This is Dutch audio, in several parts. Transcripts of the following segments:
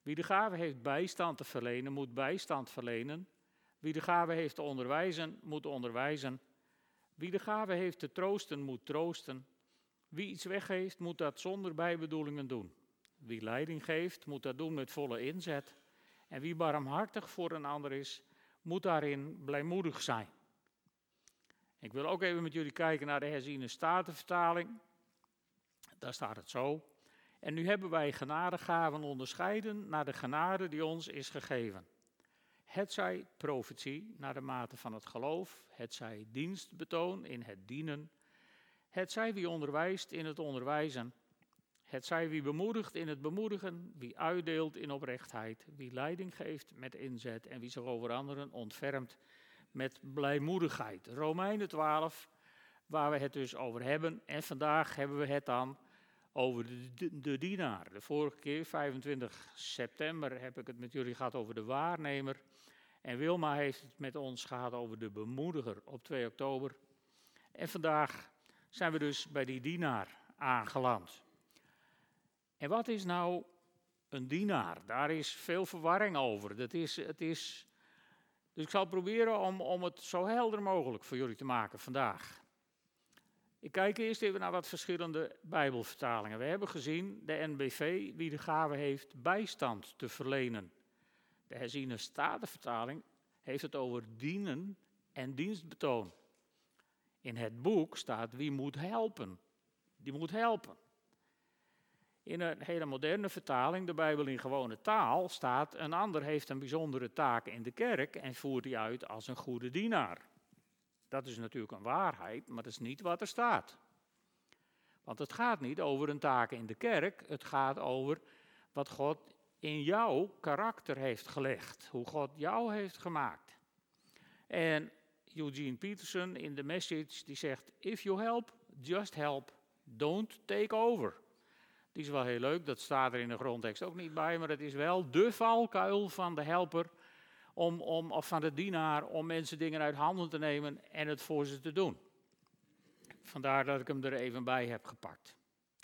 Wie de gave heeft bijstand te verlenen, moet bijstand verlenen. Wie de gave heeft te onderwijzen, moet onderwijzen. Wie de gave heeft te troosten, moet troosten. Wie iets weggeeft, moet dat zonder bijbedoelingen doen. Wie leiding geeft, moet dat doen met volle inzet. En wie barmhartig voor een ander is, moet daarin blijmoedig zijn. Ik wil ook even met jullie kijken naar de herziene statenvertaling. Daar staat het zo. En nu hebben wij genadegaven onderscheiden naar de genade die ons is gegeven. Hetzij profetie naar de mate van het geloof, hetzij dienstbetoon in het dienen, hetzij wie onderwijst in het onderwijzen, hetzij wie bemoedigt in het bemoedigen, wie uitdeelt in oprechtheid, wie leiding geeft met inzet en wie zich over anderen ontfermt met blijmoedigheid. Romeinen 12, waar we het dus over hebben. En vandaag hebben we het dan over de dienaar. De vorige keer, 25 september, heb ik het met jullie gehad over de waarnemer. En Wilma heeft het met ons gehad over de bemoediger op 2 oktober. En vandaag zijn we dus bij die dienaar aangeland. En wat is nou een dienaar? Daar is veel verwarring over. Dus ik zal proberen om het zo helder mogelijk voor jullie te maken vandaag. Ik kijk eerst even naar wat verschillende Bijbelvertalingen. We hebben gezien, de NBV, wie de gave heeft bijstand te verlenen. De herziene statenvertaling heeft het over dienen en dienstbetoon. In het boek staat wie moet helpen. Die moet helpen. In een hele moderne vertaling, de Bijbel in gewone taal, staat een ander heeft een bijzondere taak in de kerk en voert die uit als een goede dienaar. Dat is natuurlijk een waarheid, maar dat is niet wat er staat. Want het gaat niet over een taak in de kerk, het gaat over wat God in jouw karakter heeft gelegd. Hoe God jou heeft gemaakt. En Eugene Peterson in de Message, die zegt, if you help, just help, don't take over. Die is wel heel leuk, dat staat er in de grondtekst ook niet bij, maar het is wel de valkuil van de helper, of van de dienaar, om mensen dingen uit handen te nemen en het voor ze te doen. Vandaar dat ik hem er even bij heb gepakt.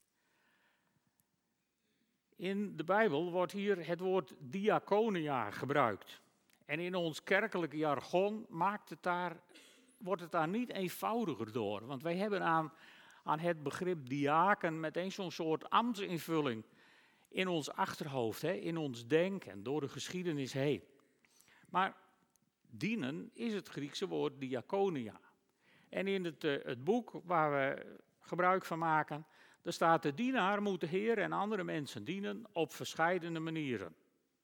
In de Bijbel wordt hier het woord diaconia gebruikt. En in ons kerkelijke jargon wordt het daar niet eenvoudiger door. Want wij hebben aan het begrip diaken meteen zo'n soort ambtsinvulling in ons achterhoofd, in ons denken, door de geschiedenis heen. Maar dienen is het Griekse woord diaconia. En in het boek waar we gebruik van maken, daar staat de dienaar moet de Heer en andere mensen dienen op verscheidene manieren.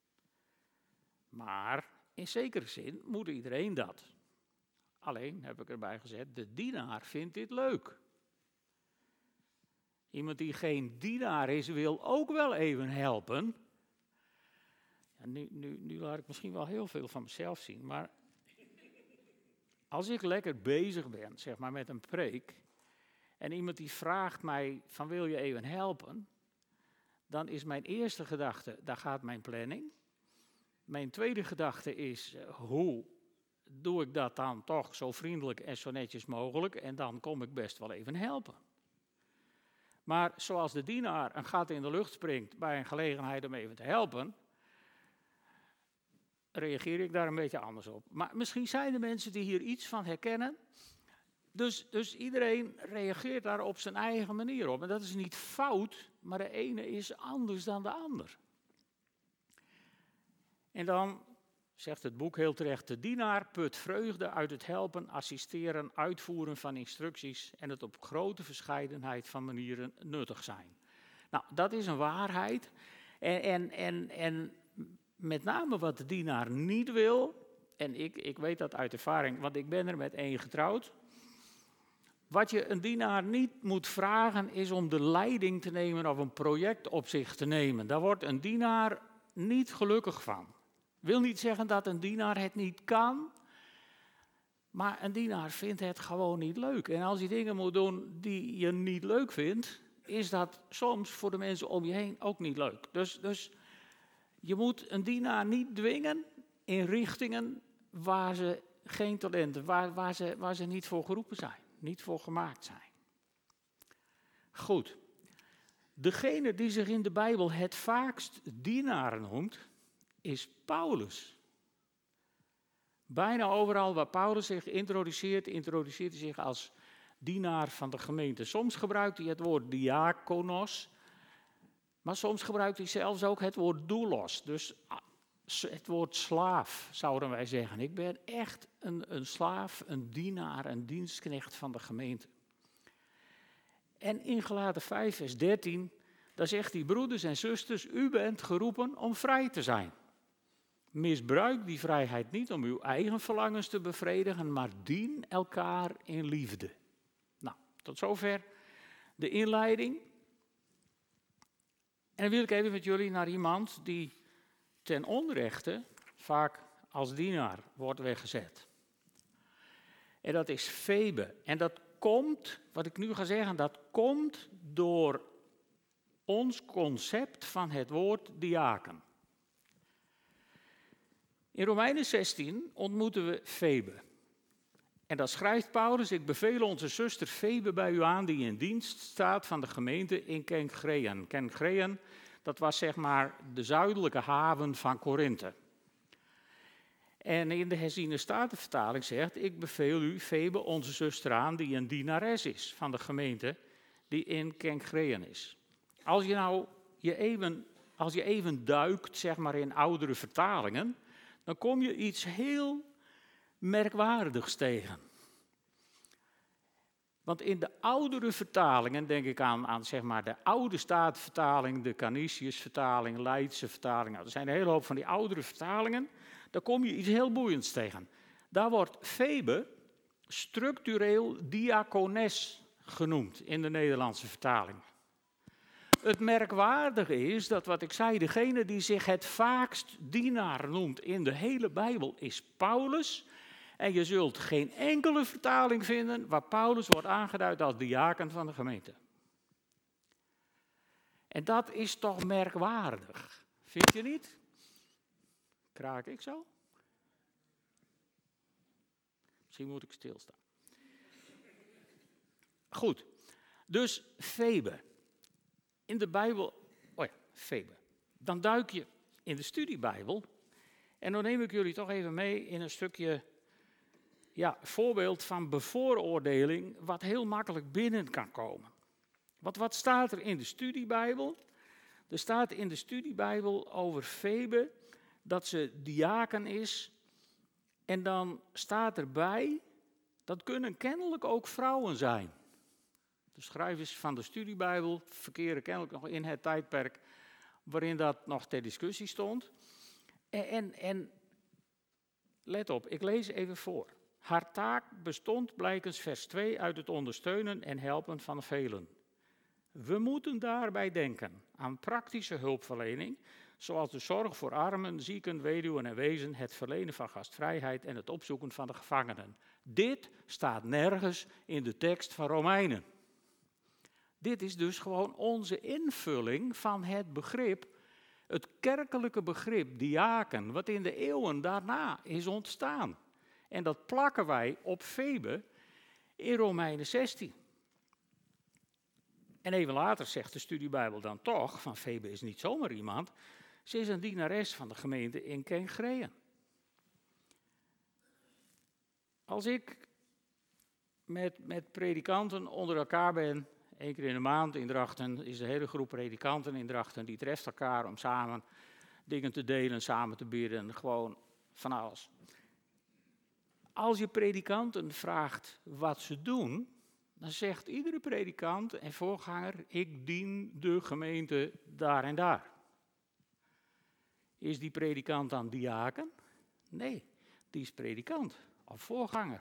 Maar in zekere zin moet iedereen dat. Alleen, heb ik erbij gezet, de dienaar vindt dit leuk. Iemand die geen dienaar is, wil ook wel even helpen. Ja, nu laat ik misschien wel heel veel van mezelf zien, maar als ik lekker bezig ben, zeg maar, met een preek, en iemand die vraagt mij van wil je even helpen, dan is mijn eerste gedachte, daar gaat mijn planning. Mijn tweede gedachte is, hoe doe ik dat dan toch zo vriendelijk en zo netjes mogelijk, en dan kom ik best wel even helpen. Maar zoals de dienaar een gat in de lucht springt bij een gelegenheid om even te helpen, reageer ik daar een beetje anders op. Maar misschien zijn er mensen die hier iets van herkennen. Dus iedereen reageert daar op zijn eigen manier op. En dat is niet fout, maar de ene is anders dan de ander. En dan zegt het boek heel terecht, de dienaar put vreugde uit het helpen, assisteren, uitvoeren van instructies en het op grote verscheidenheid van manieren nuttig zijn. Nou, dat is een waarheid. En met name wat de dienaar niet wil, en ik weet dat uit ervaring, want ik ben er met één getrouwd. Wat je een dienaar niet moet vragen is om de leiding te nemen of een project op zich te nemen. Daar wordt een dienaar niet gelukkig van. Wil niet zeggen dat een dienaar het niet kan, maar een dienaar vindt het gewoon niet leuk. En als hij dingen moet doen die je niet leuk vindt, is dat soms voor de mensen om je heen ook niet leuk. Dus je moet een dienaar niet dwingen in richtingen waar ze geen talenten, waar ze niet voor geroepen zijn, niet voor gemaakt zijn. Goed, Degene die zich in de Bijbel het vaakst dienaar noemt, is Paulus. Bijna overal waar Paulus zich introduceert hij zich als dienaar van de gemeente. Soms gebruikt hij het woord diakonos, maar soms gebruikt hij zelfs ook het woord doulos. Dus het woord slaaf, zouden wij zeggen. Ik ben echt een slaaf, een dienaar, een dienstknecht van de gemeente. En in Galaten 5, vers 13, daar zegt hij: broeders en zusters, u bent geroepen om vrij te zijn. Misbruik die vrijheid niet om uw eigen verlangens te bevredigen, maar dien elkaar in liefde. Nou, tot zover de inleiding. En dan wil ik even met jullie naar iemand die ten onrechte vaak als dienaar wordt weggezet. En dat is Febe. En dat komt, wat ik nu ga zeggen, dat komt door ons concept van het woord diaken. In Romeinen 16 ontmoeten we Febe. En dan schrijft Paulus: ik beveel onze zuster Febe bij u aan, die in dienst staat van de gemeente in Kenkreën. Kenkreën, dat was zeg maar de zuidelijke haven van Korinthe. En in de herziene statenvertaling zegt: ik beveel u Febe, onze zuster, aan, die een dienares is van de gemeente die in Kenkreën is. Als je even duikt, zeg maar, in oudere vertalingen, dan kom je iets heel merkwaardigs tegen. Want in de oudere vertalingen, denk ik aan zeg maar de oude statenvertaling, de Canisius-vertaling, Leidse vertaling, nou, er zijn een hele hoop van die oudere vertalingen, daar kom je iets heel boeiends tegen. Daar wordt Febe structureel diakones genoemd in de Nederlandse vertaling. Het merkwaardige is dat, wat ik zei, degene die zich het vaakst dienaar noemt in de hele Bijbel is Paulus. En je zult geen enkele vertaling vinden waar Paulus wordt aangeduid als diaken van de gemeente. En dat is toch merkwaardig, vind je niet? Kraak ik zo? Misschien moet ik stilstaan. Goed, dus Febe. In de Bijbel, Febe. Dan duik je in de studiebijbel. En dan neem ik jullie toch even mee in een stukje voorbeeld van bevooroordeling, wat heel makkelijk binnen kan komen. Want wat staat er in de studiebijbel? Er staat in de studiebijbel over Febe dat ze diaken is. En dan staat erbij, dat kunnen kennelijk ook vrouwen zijn. De schrijvers van de studiebijbel verkeren kennelijk nog in het tijdperk waarin dat nog ter discussie stond. En let op, ik lees even voor. Haar taak bestond, blijkens vers 2, uit het ondersteunen en helpen van velen. We moeten daarbij denken aan praktische hulpverlening, zoals de zorg voor armen, zieken, weduwen en wezen, het verlenen van gastvrijheid en het opzoeken van de gevangenen. Dit staat nergens in de tekst van Romeinen. Dit is dus gewoon onze invulling van het begrip, het kerkelijke begrip diaken, wat in de eeuwen daarna is ontstaan. En dat plakken wij op Febe in Romeinen 16. En even later zegt de studiebijbel dan toch, van Febe is niet zomaar iemand, ze is een dienares van de gemeente in Kenkreën. Als ik met predikanten onder elkaar ben, 1 keer in de maand in Drachten, is een hele groep predikanten in Drachten, die treft elkaar om samen dingen te delen, samen te bidden, gewoon van alles. Als je predikanten vraagt wat ze doen, dan zegt iedere predikant en voorganger: ik dien de gemeente daar en daar. Is die predikant dan diaken? Nee, die is predikant of voorganger.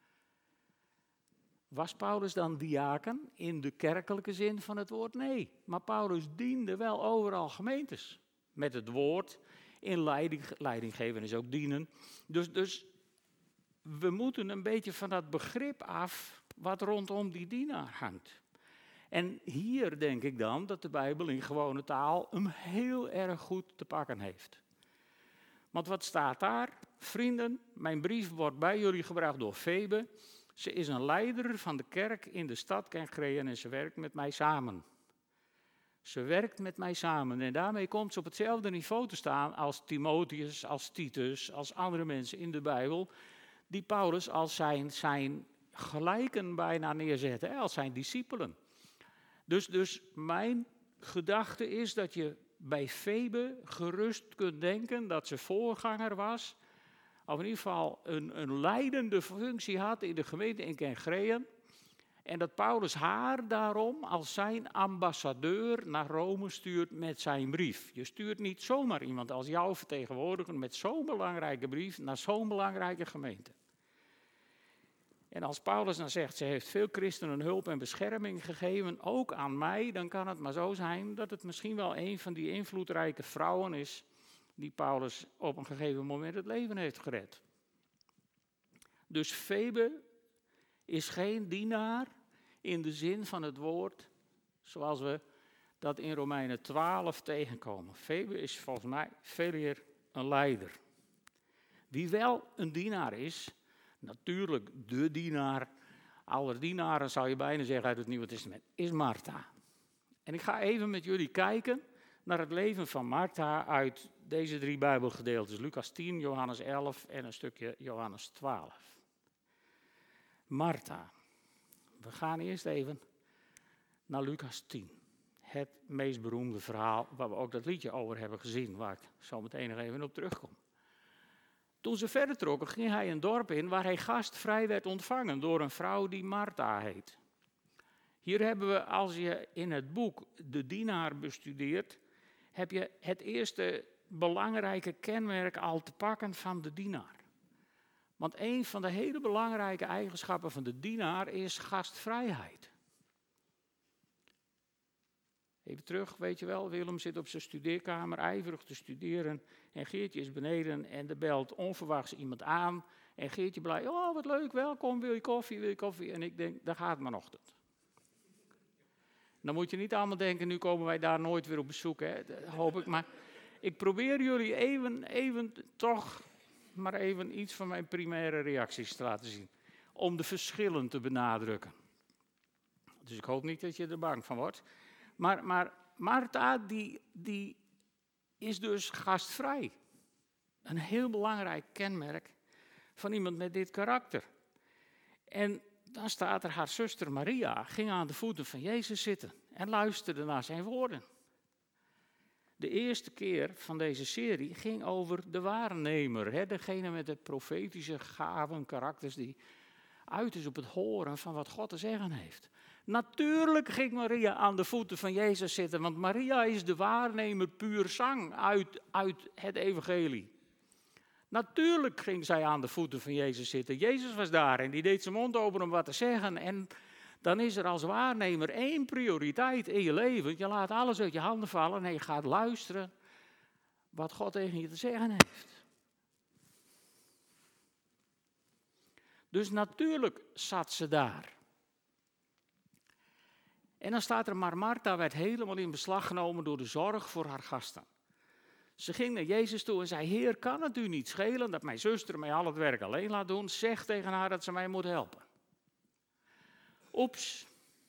Was Paulus dan diaken in de kerkelijke zin van het woord? Nee, maar Paulus diende wel overal gemeentes. Met het woord, in leiding geven is ook dienen. Dus we moeten een beetje van dat begrip af wat rondom die dienaar hangt. En hier denk ik dan dat de Bijbel in gewone taal hem heel erg goed te pakken heeft. Want wat staat daar? Vrienden, mijn brief wordt bij jullie gebracht door Febe. Ze is een leider van de kerk in de stad Kenkreën en ze werkt met mij samen. Ze werkt met mij samen en daarmee komt ze op hetzelfde niveau te staan als Timotheus, als Titus, als andere mensen in de Bijbel, die Paulus als zijn gelijken bijna neerzetten, als zijn discipelen. Dus mijn gedachte is dat je bij Febe gerust kunt denken dat ze voorganger was, of in ieder geval een leidende functie had in de gemeente in Kencreën. En dat Paulus haar daarom als zijn ambassadeur naar Rome stuurt met zijn brief. Je stuurt niet zomaar iemand als jouw vertegenwoordiger met zo'n belangrijke brief naar zo'n belangrijke gemeente. En als Paulus dan zegt, ze heeft veel christenen hulp en bescherming gegeven, ook aan mij, dan kan het maar zo zijn dat het misschien wel een van die invloedrijke vrouwen is die Paulus op een gegeven moment het leven heeft gered. Dus Febe is geen dienaar in de zin van het woord, zoals we dat in Romeinen 12 tegenkomen. Febe is volgens mij veel meer een leider. Wie wel een dienaar is, natuurlijk de dienaar, aller dienaren zou je bijna zeggen uit het Nieuwe Testament, is Martha. En ik ga even met jullie kijken naar het leven van Martha uit deze 3 Bijbelgedeeltes. Lucas 10, Johannes 11 en een stukje Johannes 12. Martha. We gaan eerst even naar Lucas 10. Het meest beroemde verhaal waar we ook dat liedje over hebben gezien, waar ik zo meteen nog even op terugkom. Toen ze verder trokken, ging hij een dorp in waar hij gastvrij werd ontvangen door een vrouw die Martha heet. Hier hebben we, als je in het boek de dienaar bestudeert, heb je het eerste belangrijke kenmerk al te pakken van de dienaar. Want een van de hele belangrijke eigenschappen van de dienaar is gastvrijheid. Even terug, weet je wel, Willem zit op zijn studeerkamer ijverig te studeren en Geertje is beneden en er belt onverwachts iemand aan. En Geertje blij, oh wat leuk, welkom, wil je koffie? En ik denk, daar gaat mijn ochtend. Dan moet je niet allemaal denken, nu komen wij daar nooit weer op bezoek, hè? Dat hoop ik. Maar ik probeer jullie even toch maar even iets van mijn primaire reacties te laten zien. Om de verschillen te benadrukken. Dus ik hoop niet dat je er bang van wordt. Maar Martha, die is dus gastvrij. Een heel belangrijk kenmerk van iemand met dit karakter. En dan staat er, haar zuster Maria ging aan de voeten van Jezus zitten en luisterde naar zijn woorden. De eerste keer van deze serie ging over de waarnemer, degene met de profetische gaven, karakters die uit is op het horen van wat God te zeggen heeft. Natuurlijk ging Maria aan de voeten van Jezus zitten, want Maria is de waarnemer puur zang uit het evangelie. Natuurlijk ging zij aan de voeten van Jezus zitten. Jezus was daar en die deed zijn mond open om wat te zeggen. En dan is er als waarnemer 1 prioriteit in je leven. Je laat alles uit je handen vallen en je gaat luisteren wat God tegen je te zeggen heeft. Dus natuurlijk zat ze daar. En dan staat er, maar Martha werd helemaal in beslag genomen door de zorg voor haar gasten. Ze ging naar Jezus toe en zei, Heer, kan het u niet schelen dat mijn zuster mij al het werk alleen laat doen? Zeg tegen haar dat ze mij moet helpen. Oeps.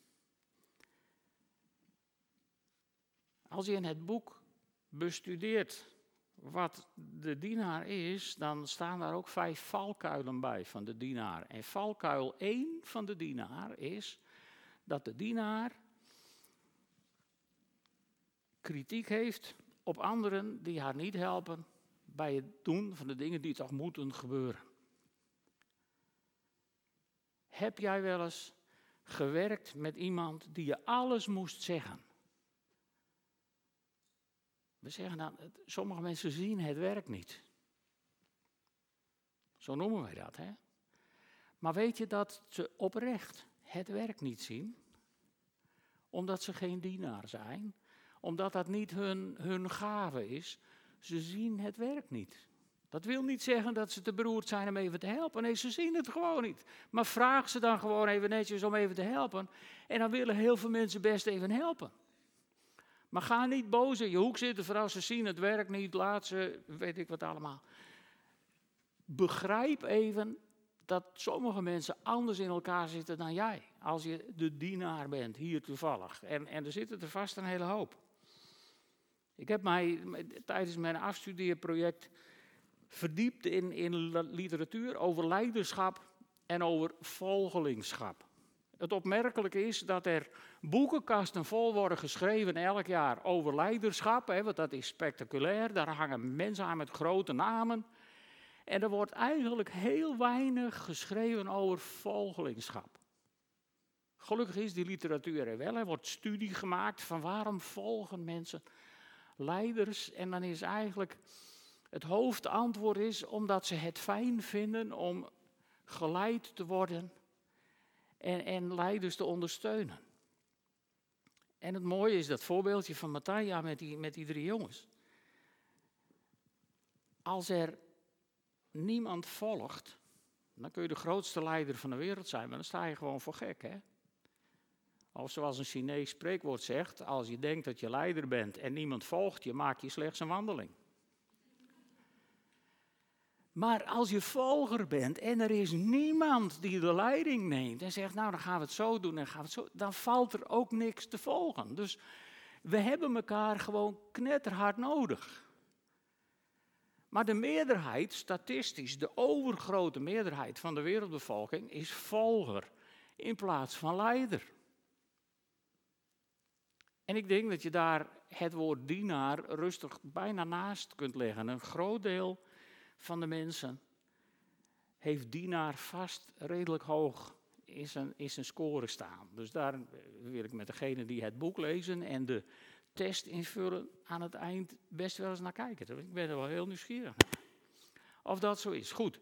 Als je in het boek bestudeert wat de dienaar is, dan staan daar ook 5 valkuilen bij van de dienaar. En valkuil 1 van de dienaar is dat de dienaar kritiek heeft op anderen die haar niet helpen bij het doen van de dingen die toch moeten gebeuren. Heb jij wel eens gewerkt met iemand die je alles moest zeggen? We zeggen dan, sommige mensen zien het werk niet. Zo noemen wij dat, hè? Maar weet je dat ze oprecht het werk niet zien? Omdat ze geen dienaar zijn. Omdat dat niet hun gave is. Ze zien het werk niet. Dat wil niet zeggen dat ze te beroerd zijn om even te helpen. Nee, ze zien het gewoon niet. Maar vraag ze dan gewoon even netjes om even te helpen. En dan willen heel veel mensen best even helpen. Maar ga niet boos in je hoek zitten voor als ze zien het werk niet. Laat ze, weet ik wat allemaal. Begrijp even dat sommige mensen anders in elkaar zitten dan jij. Als je de dienaar bent, hier toevallig. En er zitten er vast een hele hoop. Ik heb mij tijdens mijn afstudeerproject verdiept in literatuur over leiderschap en over volgelingschap. Het opmerkelijke is dat er boekenkasten vol worden geschreven elk jaar over leiderschap, want dat is spectaculair. Daar hangen mensen aan met grote namen. En er wordt eigenlijk heel weinig geschreven over volgelingschap. Gelukkig is die literatuur er wel. Er wordt studie gemaakt van waarom volgen mensen leiders. En dan is eigenlijk het hoofdantwoord is omdat ze het fijn vinden om geleid te worden en leiders te ondersteunen. En het mooie is dat voorbeeldje van Matthia met die 3 jongens. Als er niemand volgt, dan kun je de grootste leider van de wereld zijn, maar dan sta je gewoon voor gek, hè? Of zoals een Chinees spreekwoord zegt, als je denkt dat je leider bent en niemand volgt je, maak je slechts een wandeling. Maar als je volger bent en er is niemand die de leiding neemt en zegt, nou dan gaan we het zo doen en gaan we het zo, dan valt er ook niks te volgen. Dus we hebben elkaar gewoon knetterhard nodig. Maar de meerderheid, statistisch, de overgrote meerderheid van de wereldbevolking is volger in plaats van leider. En ik denk dat je daar het woord dienaar rustig bijna naast kunt leggen. Een groot deel van de mensen heeft dienaar vast redelijk hoog in zijn score staan. Dus daar wil ik met degene die het boek lezen en de test invullen aan het eind best wel eens naar kijken. Ik ben er wel heel nieuwsgierig naar. Of dat zo is. Goed.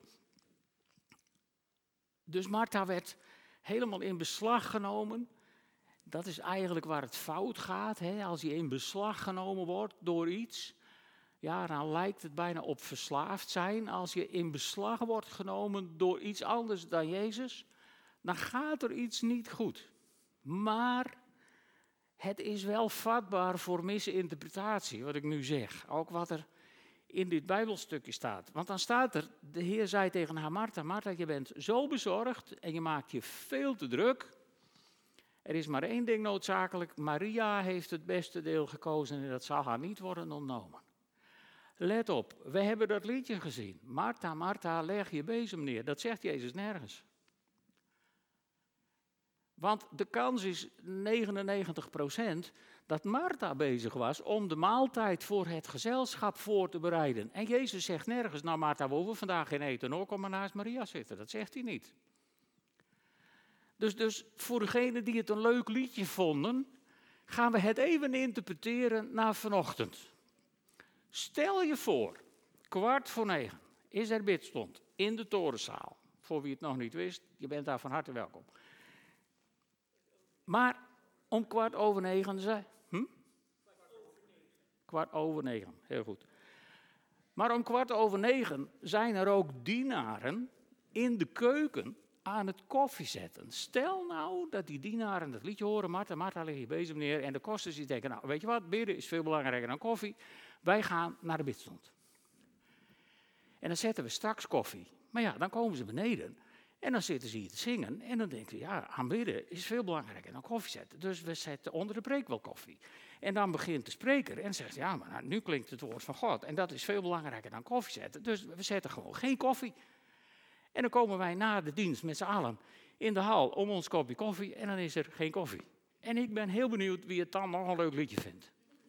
Dus Martha werd helemaal in beslag genomen. Dat is eigenlijk waar het fout gaat. Hè? Als je in beslag genomen wordt door iets, ja, dan lijkt het bijna op verslaafd zijn. Als je in beslag wordt genomen door iets anders dan Jezus, dan gaat er iets niet goed. Maar het is wel vatbaar voor misinterpretatie, wat ik nu zeg. Ook wat er in dit Bijbelstukje staat. Want dan staat er, de Heer zei tegen haar, Martha, Martha, je bent zo bezorgd en je maakt je veel te druk. Er is maar één ding noodzakelijk, Maria heeft het beste deel gekozen en dat zal haar niet worden ontnomen. Let op, we hebben dat liedje gezien. Martha, Martha, leg je bezem neer. Dat zegt Jezus nergens. Want de kans is 99% dat Martha bezig was om de maaltijd voor het gezelschap voor te bereiden. En Jezus zegt nergens, nou Martha, we hoeven vandaag geen eten hoor, kom maar naast Maria zitten. Dat zegt hij niet. Dus voor degenen die het een leuk liedje vonden, gaan we het even interpreteren naar vanochtend. Stel je voor, 8:15 is er bidstond in de torenzaal. Voor wie het nog niet wist, je bent daar van harte welkom. Maar om 8:15 zei... 8:15, heel goed. Maar om 8:15 zijn er ook dienaren in de keuken aan het koffie zetten. Stel nou dat die dienaren dat liedje horen, Martha, Martha, leg je bezem neer. En de kosters die denken, nou weet je wat, bidden is veel belangrijker dan koffie. Wij gaan naar de bidstond. En dan zetten we straks koffie. Maar ja, dan komen ze beneden. En dan zitten ze hier te zingen. En dan denken we, ja, aanbidden is veel belangrijker dan koffie zetten. Dus we zetten onder de preek wel koffie. En dan begint de spreker en zegt, ja, maar nou, nu klinkt het woord van God. En dat is veel belangrijker dan koffie zetten. Dus we zetten gewoon geen koffie. En dan komen wij na de dienst met z'n allen in de hal om ons kopje koffie. En dan is er geen koffie. En ik ben heel benieuwd wie het dan nog een leuk liedje vindt.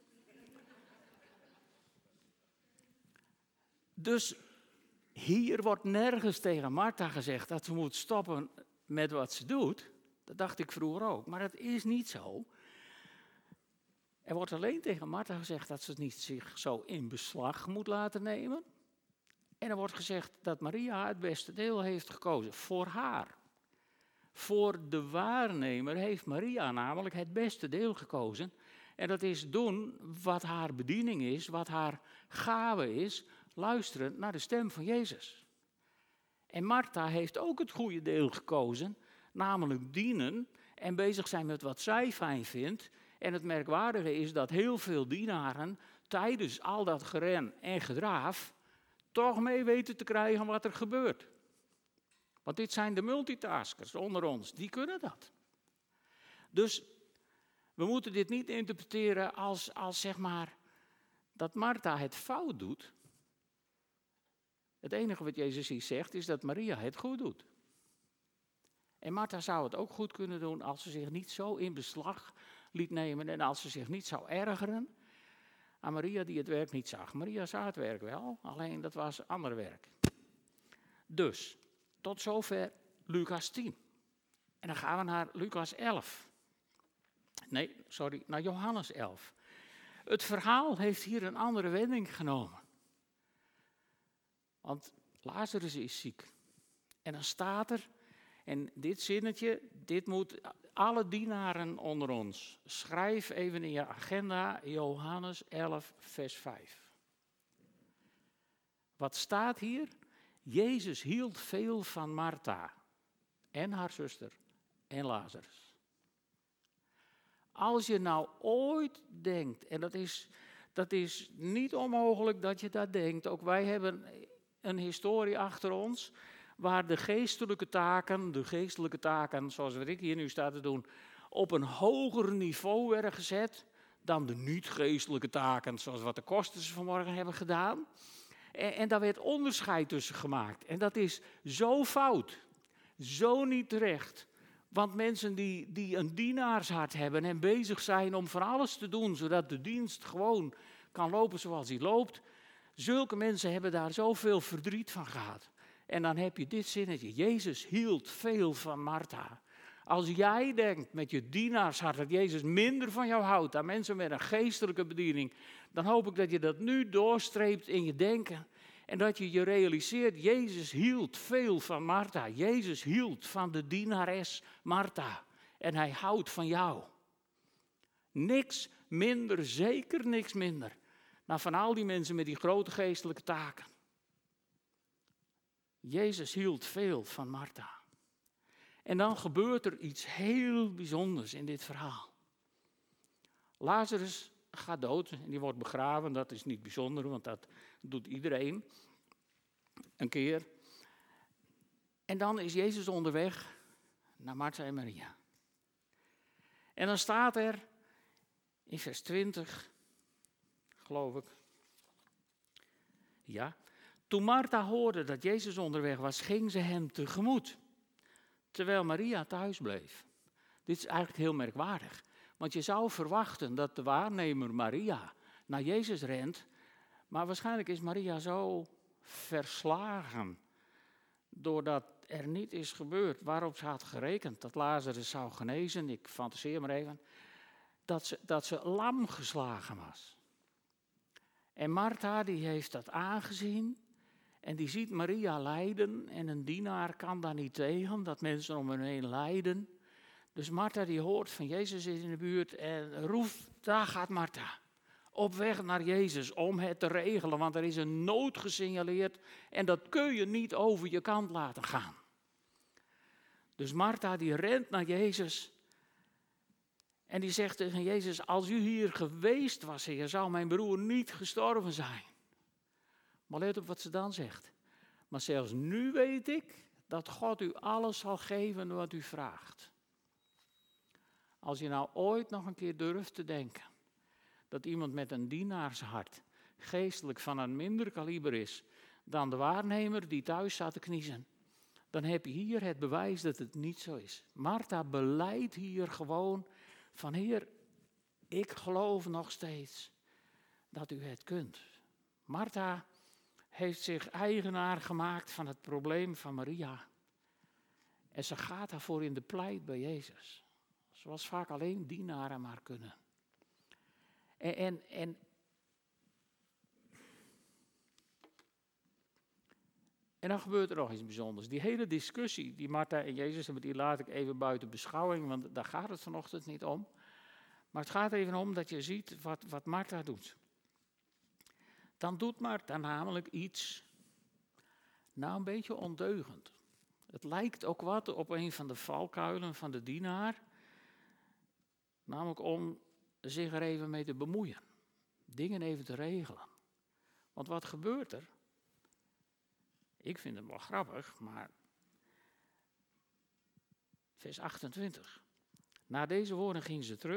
Dus hier wordt nergens tegen Martha gezegd dat ze moet stoppen met wat ze doet. Dat dacht ik vroeger ook, maar dat is niet zo. Er wordt alleen tegen Martha gezegd dat ze niet zich zo in beslag moet laten nemen. En er wordt gezegd dat Maria het beste deel heeft gekozen voor haar. Voor de waarnemer heeft Maria namelijk het beste deel gekozen. En dat is doen wat haar bediening is, wat haar gave is, luisteren naar de stem van Jezus. En Martha heeft ook het goede deel gekozen, namelijk dienen en bezig zijn met wat zij fijn vindt. En het merkwaardige is dat heel veel dienaren tijdens al dat geren en gedraaf toch mee weten te krijgen wat er gebeurt. Want dit zijn de multitaskers onder ons, die kunnen dat. Dus we moeten dit niet interpreteren als zeg maar dat Martha het fout doet. Het enige wat Jezus hier zegt is dat Maria het goed doet. En Martha zou het ook goed kunnen doen als ze zich niet zo in beslag liet nemen en als ze zich niet zou ergeren aan Maria die het werk niet zag. Maria zag het werk wel, alleen dat was ander werk. Dus, tot zover Lucas 10. En dan gaan we naar Lucas 11. Naar Johannes 11. Het verhaal heeft hier een andere wending genomen. Want Lazarus is ziek. En dan staat er, en dit zinnetje, dit moet alle dienaren onder ons. Schrijf even in je agenda Johannes 11, vers 5. Wat staat hier? Jezus hield veel van Martha en haar zuster en Lazarus. Als je nou ooit denkt, en dat is niet onmogelijk dat je dat denkt, ook wij hebben een historie achter ons, waar de geestelijke taken, zoals wat ik hier nu sta te doen, op een hoger niveau werden gezet dan de niet-geestelijke taken, zoals wat de kosters vanmorgen hebben gedaan. En daar werd onderscheid tussen gemaakt. En dat is zo fout, zo niet terecht. Want mensen die een dienaarshart hebben en bezig zijn om van alles te doen, zodat de dienst gewoon kan lopen zoals die loopt, zulke mensen hebben daar zoveel verdriet van gehad. En dan heb je dit zinnetje, Jezus hield veel van Martha. Als jij denkt met je dienaarshart dat Jezus minder van jou houdt dan mensen met een geestelijke bediening, dan hoop ik dat je dat nu doorstreept in je denken. En dat je je realiseert, Jezus hield veel van Martha. Jezus hield van de dienares Martha. En hij houdt van jou. Niks minder, zeker niks minder, dan van al die mensen met die grote geestelijke taken. Jezus hield veel van Martha. En dan gebeurt er iets heel bijzonders in dit verhaal. Lazarus gaat dood en die wordt begraven. Dat is niet bijzonder, want dat doet iedereen een keer. En dan is Jezus onderweg naar Martha en Maria. En dan staat er in vers 20, geloof ik. Ja. Toen Martha hoorde dat Jezus onderweg was, ging ze hem tegemoet. Terwijl Maria thuis bleef. Dit is eigenlijk heel merkwaardig. Want je zou verwachten dat de waarnemer Maria naar Jezus rent. Maar waarschijnlijk is Maria zo verslagen. Doordat er niet is gebeurd waarop ze had gerekend. Dat Lazarus zou genezen. Ik fantaseer maar even. Dat ze lam geslagen was. En Martha die heeft dat aangezien. En die ziet Maria lijden. En een dienaar kan daar niet tegen. Dat mensen om hen heen lijden. Dus Martha die hoort van Jezus is in de buurt en roept, daar gaat Martha. Op weg naar Jezus om het te regelen, want er is een nood gesignaleerd en dat kun je niet over je kant laten gaan. Dus Martha die rent naar Jezus en die zegt tegen Jezus, als u hier geweest was, Heer, zou mijn broer niet gestorven zijn. Maar let op wat ze dan zegt. Maar zelfs nu weet ik dat God u alles zal geven wat u vraagt. Als je nou ooit nog een keer durft te denken dat iemand met een dienaarshart geestelijk van een minder kaliber is dan de waarnemer die thuis zat te kniezen, dan heb je hier het bewijs dat het niet zo is. Martha belijdt hier gewoon van Heer, ik geloof nog steeds dat u het kunt. Martha heeft zich eigenaar gemaakt van het probleem van Maria. En ze gaat daarvoor in de pleit bij Jezus. Zoals vaak alleen dienaren maar kunnen. En dan gebeurt er nog iets bijzonders. Die hele discussie die Martha en Jezus hebben, die laat ik even buiten beschouwing, want daar gaat het vanochtend niet om. Maar het gaat even om dat je ziet wat Martha doet. Dan doet Martha namelijk iets, nou een beetje ondeugend. Het lijkt ook wat op een van de valkuilen van de dienaar. Namelijk om zich er even mee te bemoeien. Dingen even te regelen. Want wat gebeurt er? Ik vind het wel grappig, maar vers 28. Na deze woorden ging ze terug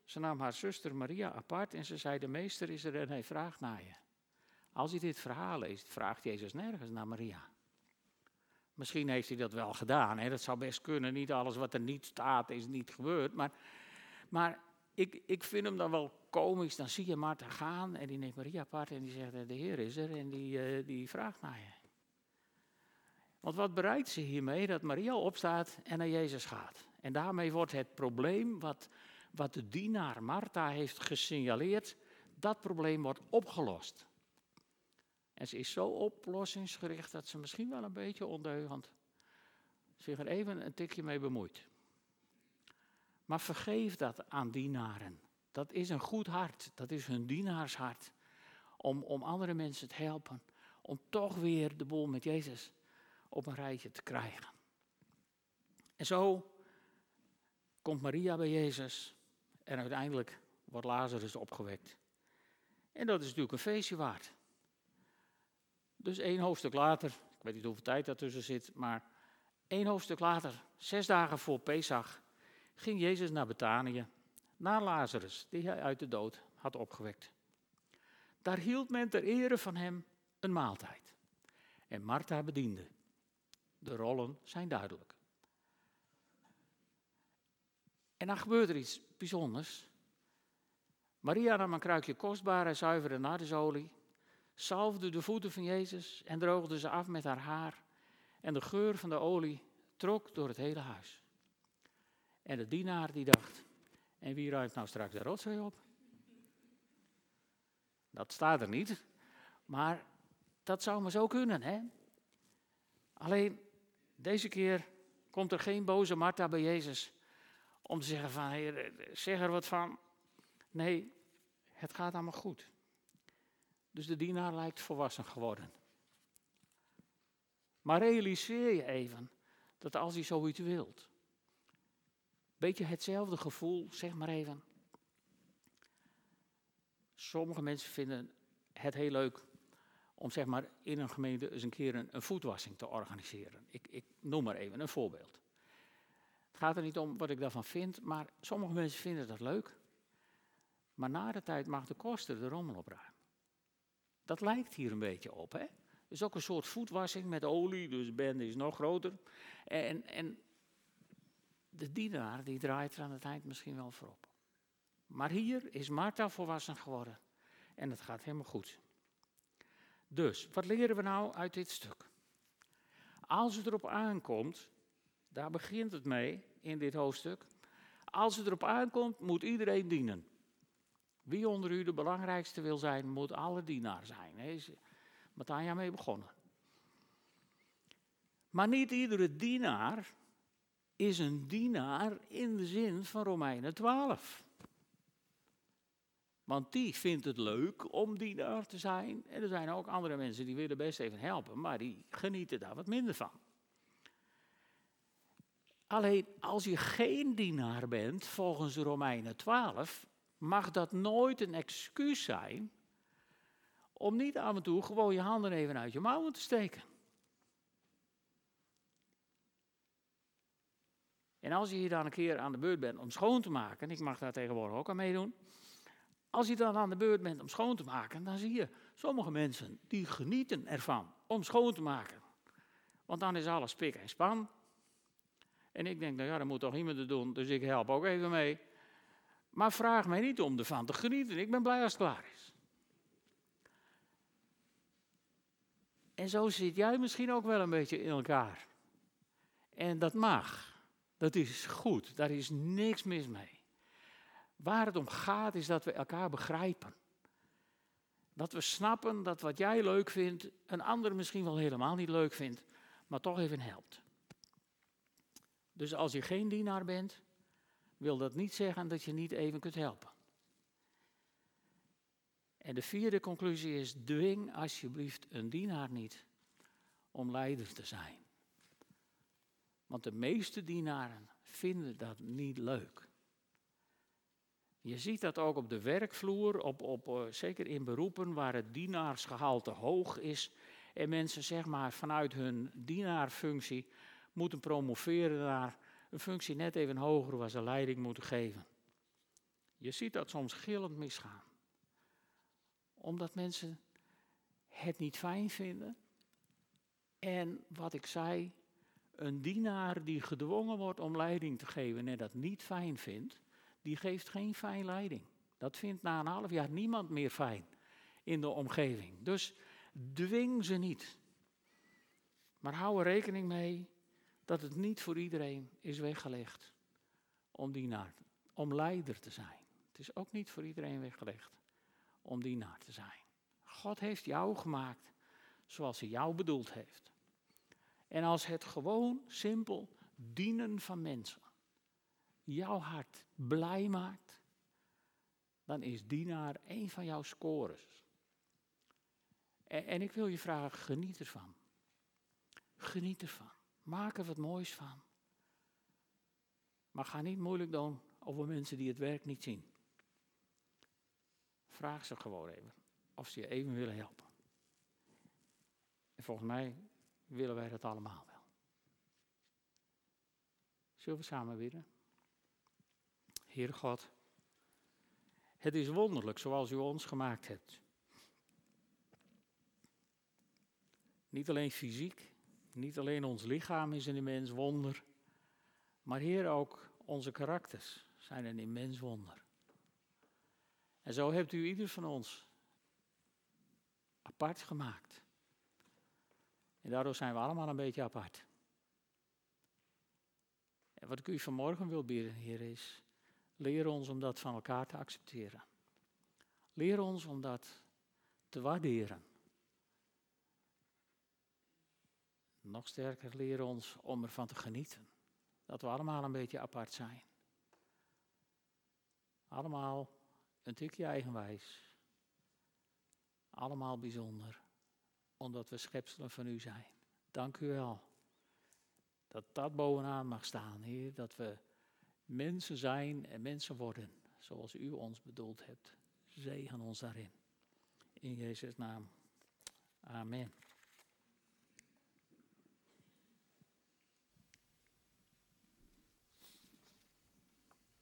Ze nam haar zuster Maria apart en ze zei, de meester is er en hij vraagt naar je. Als je dit verhaal leest, vraagt Jezus nergens naar Maria. Misschien heeft hij dat wel gedaan, hè? Dat zou best kunnen. Niet alles wat er niet staat is niet gebeurd. Maar ik vind hem dan wel komisch. Dan zie je Martha gaan en die neemt Maria apart en die zegt, de Heer is er en die vraagt naar je. Want wat bereikt ze hiermee? Dat Maria opstaat en naar Jezus gaat. En daarmee wordt het probleem wat de dienaar Martha heeft gesignaleerd, dat probleem wordt opgelost. En ze is zo oplossingsgericht dat ze misschien wel een beetje ondeugend zich er even een tikje mee bemoeit. Maar vergeef dat aan dienaren. Dat is een goed hart, dat is hun dienaarshart. Om andere mensen te helpen, om toch weer de boel met Jezus op een rijtje te krijgen. En zo komt Maria bij Jezus en uiteindelijk wordt Lazarus opgewekt. En dat is natuurlijk een feestje waard. Dus 1 hoofdstuk later, ik weet niet hoeveel tijd daartussen zit, maar 1 hoofdstuk later, 6 dagen voor Pesach, ging Jezus naar Betanië, naar Lazarus, die hij uit de dood had opgewekt. Daar hield men ter ere van hem een maaltijd. En Martha bediende. De rollen zijn duidelijk. En dan gebeurt er iets bijzonders. Maria nam een kruikje kostbare, zuivere nardesolie, zalfde de voeten van Jezus en droogde ze af met haar haar. En de geur van de olie trok door het hele huis. En de dienaar die dacht, en wie ruimt nou straks de rotzooi op? Dat staat er niet, maar dat zou maar zo kunnen, hè? Alleen, deze keer komt er geen boze Martha bij Jezus om te zeggen van, Heer, zeg er wat van. Nee, het gaat allemaal goed. Dus de dienaar lijkt volwassen geworden. Maar realiseer je even dat als hij zoiets wilt, beetje hetzelfde gevoel, zeg maar even. Sommige mensen vinden het heel leuk om zeg maar in een gemeente eens een keer een voetwassing te organiseren. Ik noem maar even een voorbeeld. Het gaat er niet om wat ik daarvan vind, maar sommige mensen vinden dat leuk. Maar na de tijd mag de koster de rommel opruimen. Dat lijkt hier een beetje op, hè? Het is ook een soort voetwassing met olie, dus de bende is nog groter. En de dienaar die draait er aan het eind misschien wel voorop. Maar hier is Martha volwassen geworden en het gaat helemaal goed. Dus, wat leren we nou uit dit stuk? Als het erop aankomt, daar begint het mee in dit hoofdstuk. Als het erop aankomt, moet iedereen dienen. Wie onder u de belangrijkste wil zijn, moet alle dienaar zijn. Daar is Matthia mee begonnen. Maar niet iedere dienaar is een dienaar in de zin van Romeinen 12. Want die vindt het leuk om dienaar te zijn. En er zijn ook andere mensen die willen best even helpen, maar die genieten daar wat minder van. Alleen als je geen dienaar bent, volgens Romeinen 12, mag dat nooit een excuus zijn om niet af en toe gewoon je handen even uit je mouwen te steken. En als je hier dan een keer aan de beurt bent om schoon te maken, en ik mag daar tegenwoordig ook aan meedoen. Als je dan aan de beurt bent om schoon te maken, dan zie je sommige mensen die genieten ervan om schoon te maken. Want dan is alles pik en span. En ik denk, nou ja, dan moet toch iemand het doen, dus ik help ook even mee. Maar vraag mij niet om ervan te genieten, ik ben blij als het klaar is. En zo zit jij misschien ook wel een beetje in elkaar. En dat mag. Dat is goed, daar is niks mis mee. Waar het om gaat is dat we elkaar begrijpen. Dat we snappen dat wat jij leuk vindt, een ander misschien wel helemaal niet leuk vindt, maar toch even helpt. Dus als je geen dienaar bent, wil dat niet zeggen dat je niet even kunt helpen. En de vierde conclusie is, dwing alsjeblieft een dienaar niet om leider te zijn. Want de meeste dienaren vinden dat niet leuk. Je ziet dat ook op de werkvloer, zeker in beroepen waar het dienaarsgehalte hoog is en mensen zeg maar vanuit hun dienaarfunctie moeten promoveren naar een functie net even hoger waar ze leiding moeten geven. Je ziet dat soms gillend misgaan. Omdat mensen het niet fijn vinden. En wat ik zei, een dienaar die gedwongen wordt om leiding te geven en dat niet fijn vindt, die geeft geen fijn leiding. Dat vindt na een half jaar niemand meer fijn in de omgeving. Dus dwing ze niet. Maar hou er rekening mee dat het niet voor iedereen is weggelegd om leider te zijn. Het is ook niet voor iedereen weggelegd om dienaar te zijn. God heeft jou gemaakt zoals hij jou bedoeld heeft. En als het gewoon simpel dienen van mensen jouw hart blij maakt, dan is dienaar een van jouw scores. En ik wil je vragen, geniet ervan. Geniet ervan. Maak er wat moois van. Maar ga niet moeilijk doen over mensen die het werk niet zien. Vraag ze gewoon even of ze je even willen helpen. En volgens mij willen wij dat allemaal wel. Zullen we samen bidden? Heer God, het is wonderlijk zoals u ons gemaakt hebt. Niet alleen fysiek, niet alleen ons lichaam is een immens wonder, maar Heer, ook onze karakters zijn een immens wonder. En zo hebt u ieder van ons apart gemaakt. En daardoor zijn we allemaal een beetje apart. En wat ik u vanmorgen wil bidden, Heer, is: leer ons om dat van elkaar te accepteren. Leer ons om dat te waarderen. Nog sterker, leer ons om ervan te genieten. Dat we allemaal een beetje apart zijn. Allemaal een tikje eigenwijs. Allemaal bijzonder. Omdat we schepselen van u zijn. Dank u wel. Dat dat bovenaan mag staan, Heer. Dat we mensen zijn en mensen worden. Zoals u ons bedoeld hebt. Zegen ons daarin. In Jezus' naam. Amen.